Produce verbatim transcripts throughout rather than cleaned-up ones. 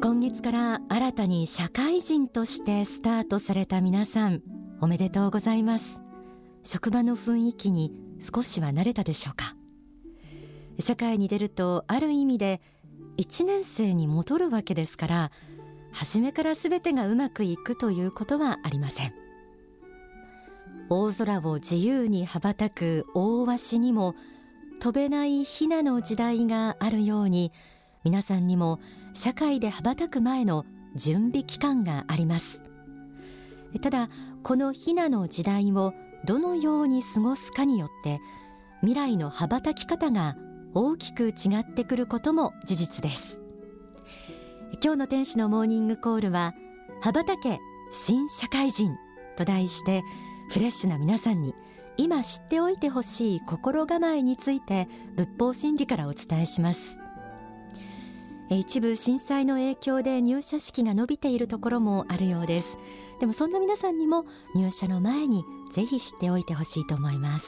今月から新たに社会人としてスタートされた皆さん、おめでとうございます。職場の雰囲気に少しは慣れたでしょうか。社会に出るとある意味でいちねん生に戻るわけですから、初めから全てがうまくいくということはありません。大空を自由に羽ばたく大鷲にも飛べないヒナの時代があるように、皆さんにも社会で羽ばたく前の準備期間があります。ただ、このヒナの時代をどのように過ごすかによって未来の羽ばたき方が大きく違ってくることも事実です。今日の天使のモーニングコールは、羽ばたけ新社会人と題して、フレッシュな皆さんに今知っておいてほしい心構えについて仏法真理からお伝えします。一部震災の影響で入社式が伸びているところもあるようです。でもそんな皆さんにも入社の前にぜひ知っておいてほしいと思います。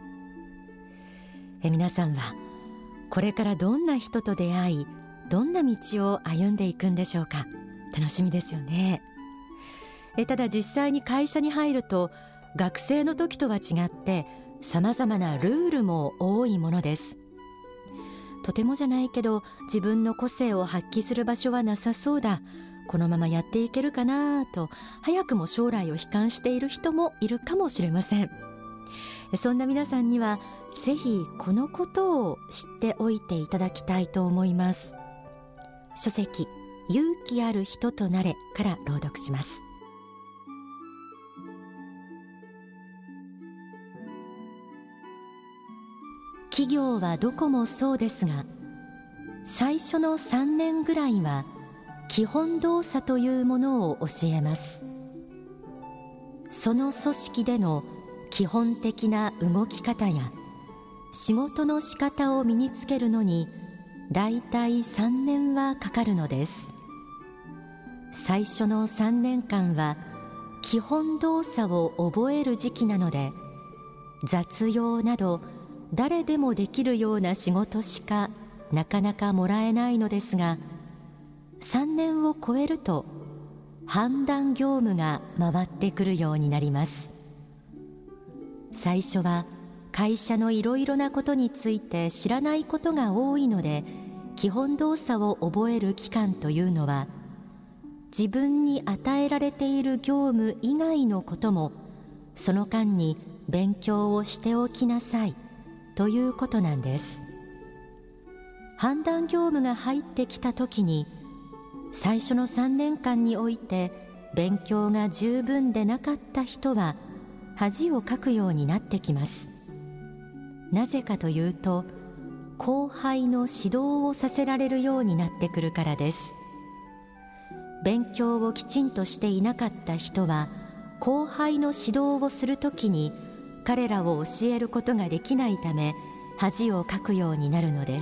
え皆さんはこれからどんな人と出会い、どんな道を歩んでいくんでしょうか。楽しみですよね。えただ実際に会社に入ると、学生の時とは違って様々なルールも多いものです。とてもじゃないけど自分の個性を発揮する場所はなさそうだ、このままやっていけるかなと早くも将来を悲観している人もいるかもしれません。そんな皆さんにはぜひこのことを知っておいていただきたいと思います。書籍勇気ある人となれから朗読します。企業はどこもそうですが、最初のさんねんぐらいは基本動作というものを教えます。その組織での基本的な動き方や仕事の仕方を身につけるのにだいたいさんねんはかかるのです。最初のさんねんかんは基本動作を覚える時期なので、雑用など誰でもできるような仕事しかなかなかもらえないのですが、さんねんを超えると判断業務が回ってくるようになります。最初は会社のいろいろなことについて知らないことが多いので、基本動作を覚える期間というのは、自分に与えられている業務以外のこともその間に勉強をしておきなさいということなんです。判断業務が入ってきたときに、最初のさんねんかんにおいて勉強が十分でなかった人は恥をかくようになってきます。なぜかというと、後輩の指導をさせられるようになってくるからです。勉強をきちんとしていなかった人は、後輩の指導をするときに彼らを教えることができないため、恥をかくようになるのです。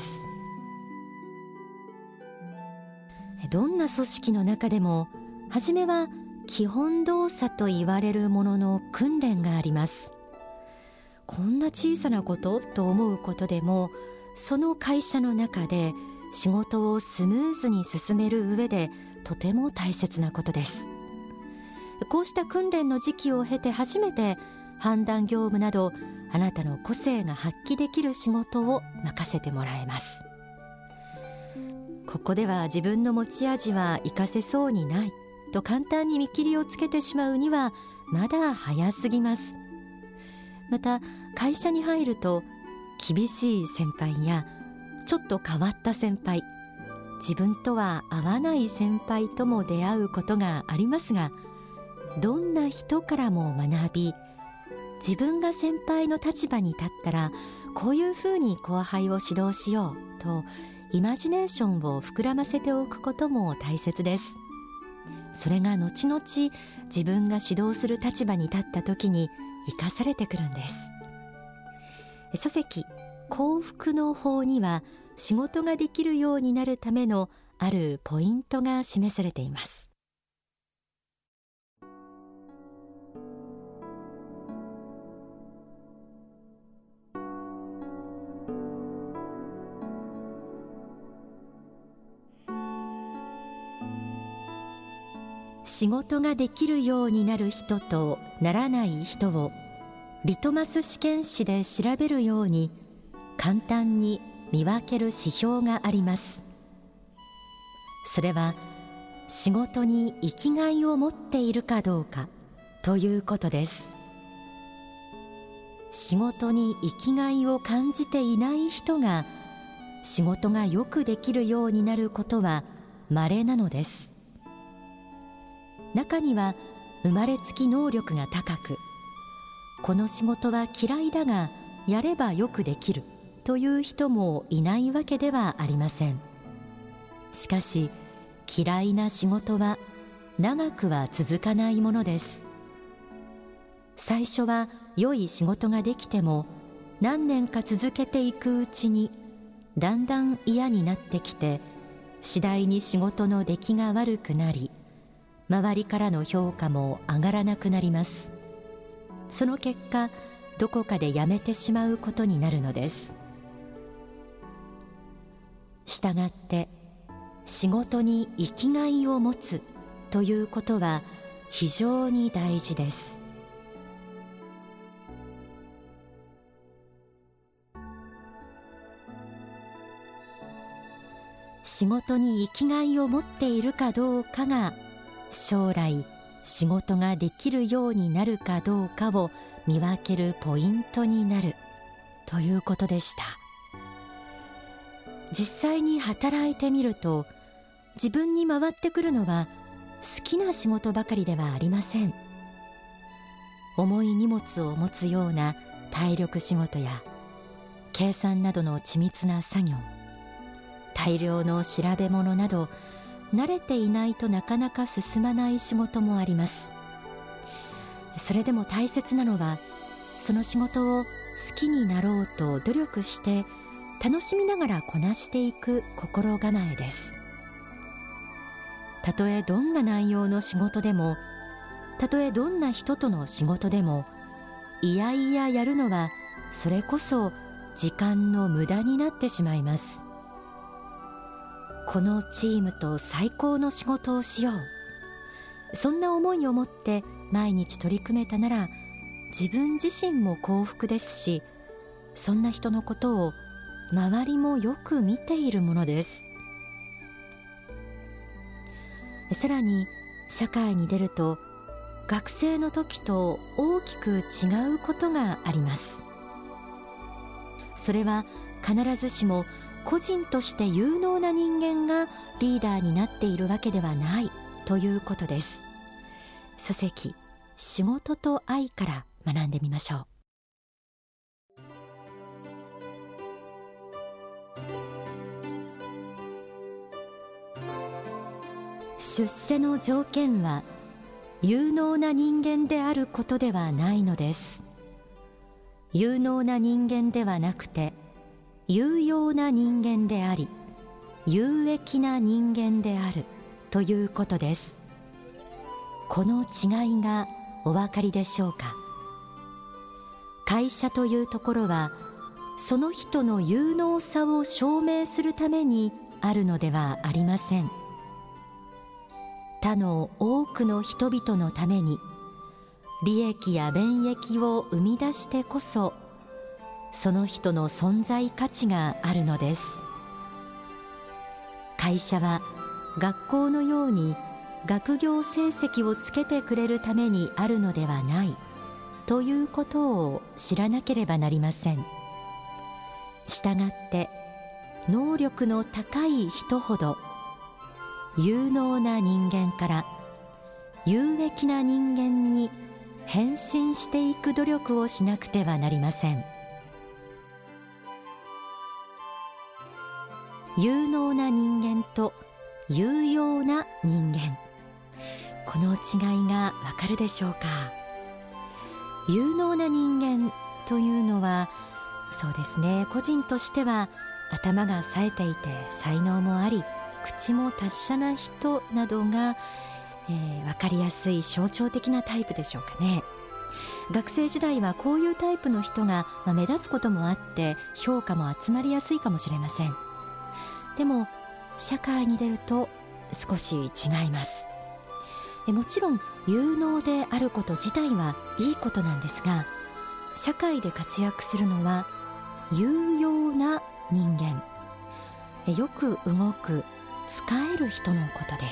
どんな組織の中でも、はじめは基本動作と言われるものの訓練があります。こんな小さなことと思うことでも、その会社の中で仕事をスムーズに進める上でとても大切なことです。こうした訓練の時期を経て初めて判断業務など、あなたの個性が発揮できる仕事を任せてもらえます。ここでは自分の持ち味は活かせそうにないと簡単に見切りをつけてしまうにはまだ早すぎます。また会社に入ると、厳しい先輩やちょっと変わった先輩、自分とは合わない先輩とも出会うことがありますが、どんな人からも学び、自分が先輩の立場に立ったらこういうふうに後輩を指導しようとイマジネーションを膨らませておくことも大切です。それが後々自分が指導する立場に立った時に生かされてくるんです。書籍幸福の法には、仕事ができるようになるためのあるポイントが示されています。 仕事ができるようになる人とならない人をリトマス試験紙で調べるように簡単に見分ける指標があります。それは仕事に生きがいを持っているかどうかということです。仕事に生きがいを感じていない人が仕事がよくできるようになることは稀なのです。中には生まれつき能力が高く、この仕事は嫌いだがやればよくできるという人もいないわけではありません。しかし嫌いな仕事は長くは続かないものです。最初は良い仕事ができても何年か続けていくうちにだんだん嫌になってきて、次第に仕事の出来が悪くなり、周りからの評価も上がらなくなります。その結果、どこかで辞めてしまうことになるのです。したがって仕事に生きがいを持つということは非常に大事です。仕事に生きがいを持っているかどうかが将来仕事ができるようになるかどうかを見分けるポイントになるということでした。実際に働いてみると、自分に回ってくるのは好きな仕事ばかりではありません。重い荷物を持つような体力仕事や計算などの緻密な作業、大量の調べ物など慣れていないとなかなか進まない仕事もあります。それでも大切なのは、その仕事を好きになろうと努力して楽しみながらこなしていく心構えです。たとえどんな内容の仕事でも、たとえどんな人との仕事でも、いやいややるのはそれこそ時間の無駄になってしまいます。このチームと最高の仕事をしよう、そんな思いを持って毎日取り組めたなら自分自身も幸福ですし、そんな人のことを周りもよく見ているものです。さらに社会に出ると学生の時と大きく違うことがあります。それは必ずしも個人として有能な人間がリーダーになっているわけではないということです。書籍仕事と愛から学んでみましょう。出世の条件は有能な人間であることではないのです。有能な人間ではなくて有用な人間であり、有益な人間であるということです。この違いがお分かりでしょうか。会社というところはその人の有能さを証明するためにあるのではありません。他の多くの人々のために利益や便益を生み出してこそ、その人の存在価値があるのです。会社は学校のように学業成績をつけてくれるためにあるのではないということを知らなければなりません。したがって能力の高い人ほど有能な人間から有益な人間に変身していく努力をしなくてはなりません。有能な人間と有用な人間、この違いがわかるでしょうか。有能な人間というのは、そうですね、個人としては頭が冴えていて才能もあり口も達者な人などが、えー、分かりやすい象徴的なタイプでしょうかね。学生時代はこういうタイプの人が、まあ、目立つこともあって評価も集まりやすいかもしれません。でも社会に出ると少し違います。 えもちろん有能であること自体はいいことなんですが、社会で活躍するのは有用な人間、えよく動く使える人のことです。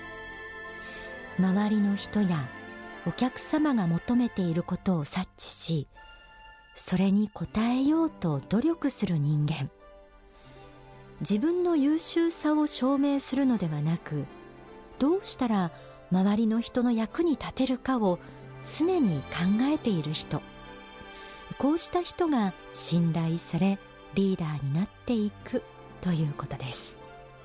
周りの人やお客様が求めていることを察知し、それに応えようと努力する人間、自分の優秀さを証明するのではなく、どうしたら周りの人の役に立てるかを常に考えている人、こうした人が信頼されリーダーになっていくということです。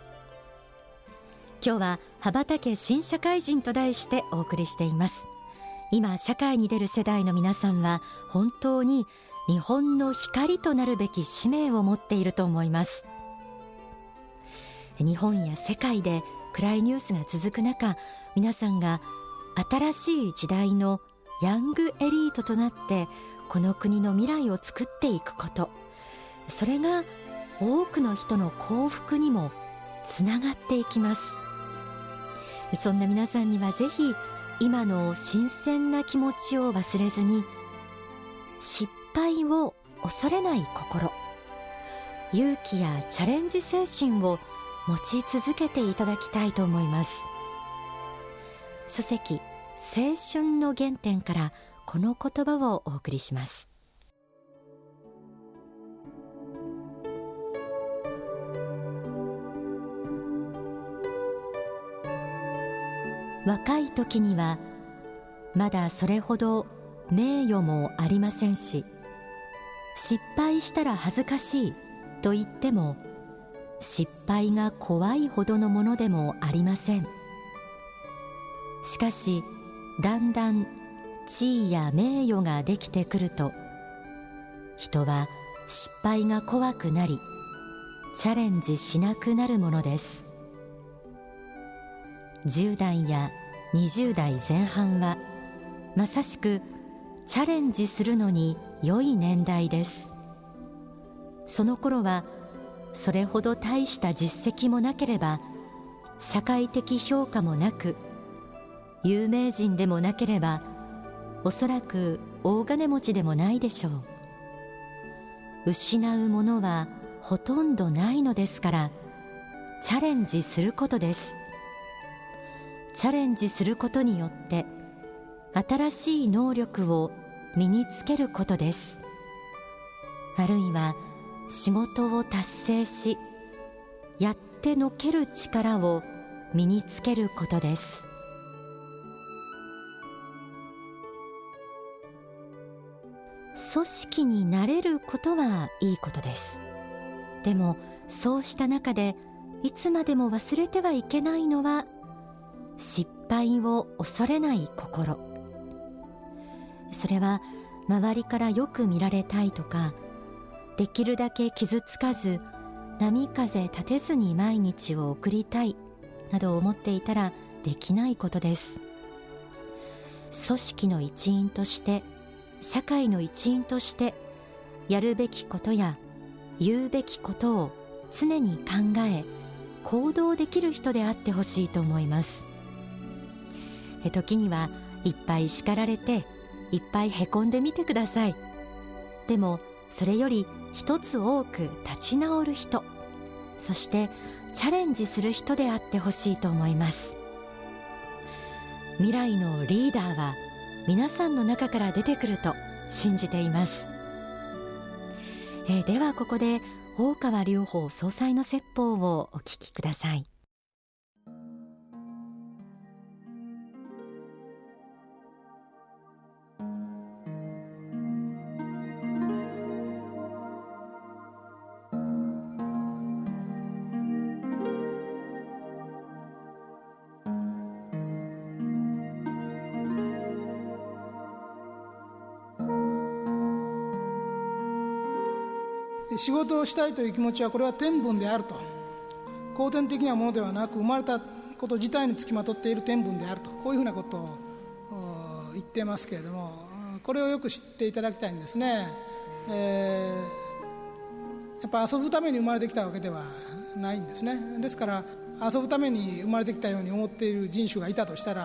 今日は羽ばたけ新社会人と題してお送りしています。今社会に出る世代の皆さんは本当に日本の光となるべき使命を持っていると思います。日本や世界で暗いニュースが続く中、皆さんが新しい時代のヤングエリートとなってこの国の未来を作っていくこと、それが多くの人の幸福にもつながっていきます。そんな皆さんにはぜひ今の新鮮な気持ちを忘れずに、失敗を恐れない心、勇気やチャレンジ精神を持ち続けていただきたいと思います。書籍青春の原点からこの言葉をお送りします。若い時にはまだそれほど名誉もありませんし、失敗したら恥ずかしいと言っても失敗が怖いほどのものでもありません。しかしだんだん地位や名誉ができてくると、人は失敗が怖くなりチャレンジしなくなるものです。じゅう代やにじゅう代前半はまさしくチャレンジするのに良い年代です。その頃はそれほど大した実績もなければ、社会的評価もなく、有名人でもなければ、おそらく大金持ちでもないでしょう。失うものはほとんどないのですから、チャレンジすることです。チャレンジすることによって新しい能力を身につけることです。あるいは仕事を達成し、やってのける力を身につけることです。組織になれることはいいことです。でもそうした中でいつまでも忘れてはいけないのは、失敗を恐れない心。それは周りからよく見られたいとか、できるだけ傷つかず波風立てずに毎日を送りたいなど思っていたらできないことです。組織の一員として、社会の一員として、やるべきことや言うべきことを常に考え行動できる人であってほしいと思います。え時にはいっぱい叱られていっぱいへこんでみてください。でもそれより一つ多く立ち直る人、そしてチャレンジする人であってほしいと思います。未来のリーダーは皆さんの中から出てくると信じています。えー、ではここで大川隆法総裁の説法をお聞きください。 仕事をしたいという気持ちは、これは天分であると、後天的なものではなく、生まれたこと自体につきまとっている天分であると、こういうふうなことを言ってますけれども、これをよく知っていただきたいんですね。えー、やっぱ遊ぶために生まれてきたわけではないんですね。ですから遊ぶために生まれてきたように思っている人種がいたとしたら、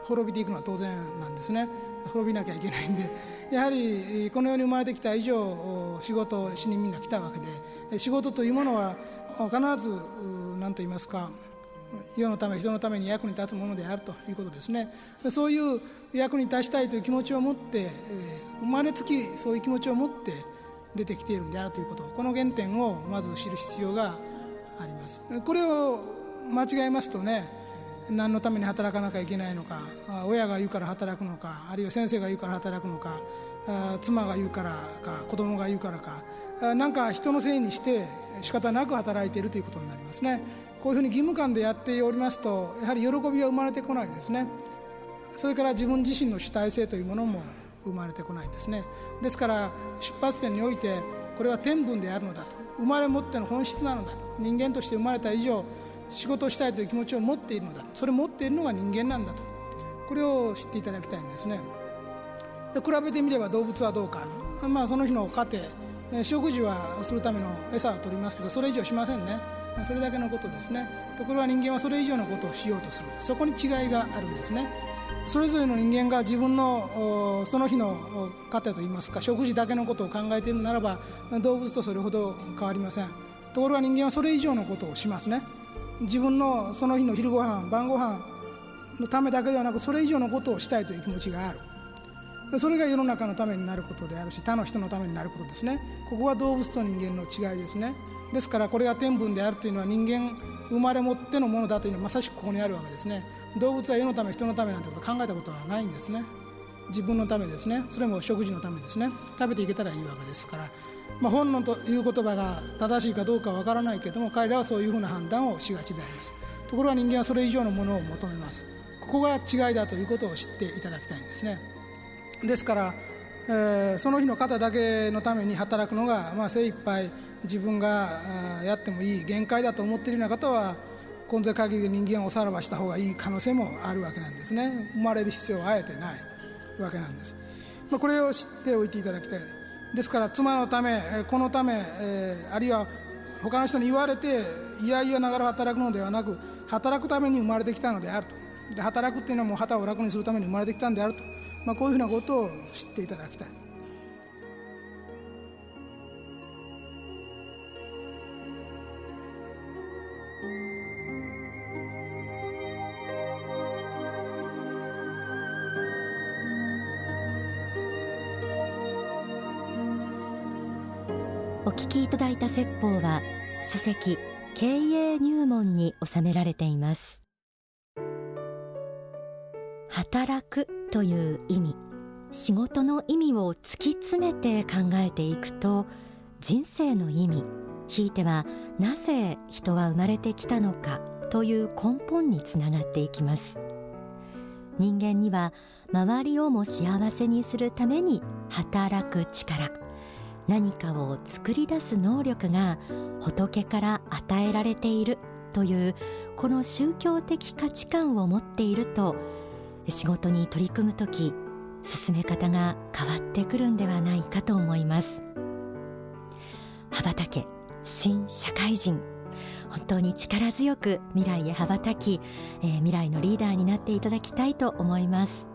滅びていくのは当然なんですね。滅びなきゃいけないんで、やはりこの世に生まれてきた以上仕事をしにみんな来たわけで、仕事というものは必ず何と言いますか、世のため人のために役に立つものであるということですね。そういう役に立ちたいという気持ちを持って、生まれつきそういう気持ちを持って出てきているんであるということ、この原点をまず知る必要があります。これを間違えますとね、何のために働かなきゃいけないのか、親が言うから働くのか、あるいは先生が言うから働くのか、妻が言うからか、子供が言うからか、なんか人のせいにして仕方なく働いているということになりますね。こういうふうに義務感でやっておりますと、やはり喜びが生まれてこないですね。それから自分自身の主体性というものも生まれてこないですね。ですから出発点において、これは天分であるのだと、生まれ持っての本質なのだと、人間として生まれた以上仕事をしたいという気持ちを持っているのだ、それを持っているのが人間なんだと、これを知っていただきたいんですね。で比べてみれば動物はどうか、まあ、その日の糧、食事はするための餌は取りますけど、それ以上しませんね。それだけのことですね。ところが人間はそれ以上のことをしようとする、そこに違いがあるんですね。それぞれの人間が自分のその日の糧といいますか、食事だけのことを考えているならば、動物とそれほど変わりません。ところが人間はそれ以上のことをしますね。自分のその日の昼ご飯晩ご飯のためだけではなく、それ以上のことをしたいという気持ちがある。それが世の中のためになることであるし、他の人のためになることですね。ここは動物と人間の違いですね。ですからこれが天分であるというのは、人間生まれ持ってのものだというのはまさしくここにあるわけですね。動物は世のため人のためなんてことを考えたことはないんですね。自分のためですね。それも食事のためですね。食べていけたらいいわけですから、まあ、本能という言葉が正しいかどうかはわからないけれども、彼らはそういうふうな判断をしがちであります。ところが人間はそれ以上のものを求めます。ここが違いだということを知っていただきたいんですね。ですから、えー、その日の方だけのために働くのが、まあ、精一杯自分がやってもいい限界だと思っているような方は、今世限りで人間をおさらばした方がいい可能性もあるわけなんですね。生まれる必要はあえてないわけなんです。まあ、これを知っておいていただきたい。ですから妻のため、子のため、えー、あるいは他の人に言われていやいやながら働くのではなく、働くために生まれてきたのであると。で働くっていうのはもう旗を楽にするために生まれてきたんであると、まあ、こういうふうなことを知っていただきたい。 お聞きいただいた説法は書籍経営入門に収められています。働くという意味、仕事の意味を突き詰めて考えていくと、人生の意味、ひいてはなぜ人は生まれてきたのかという根本につながっていきます。人間には周りをも幸せにするために働く力、何かを作り出す能力が仏から与えられているという、この宗教的価値観を持っていると、仕事に取り組むとき進め方が変わってくるんではないかと思います。羽ばたけ新社会人、本当に力強く未来へ羽ばたき、えー、未来のリーダーになっていただきたいと思います。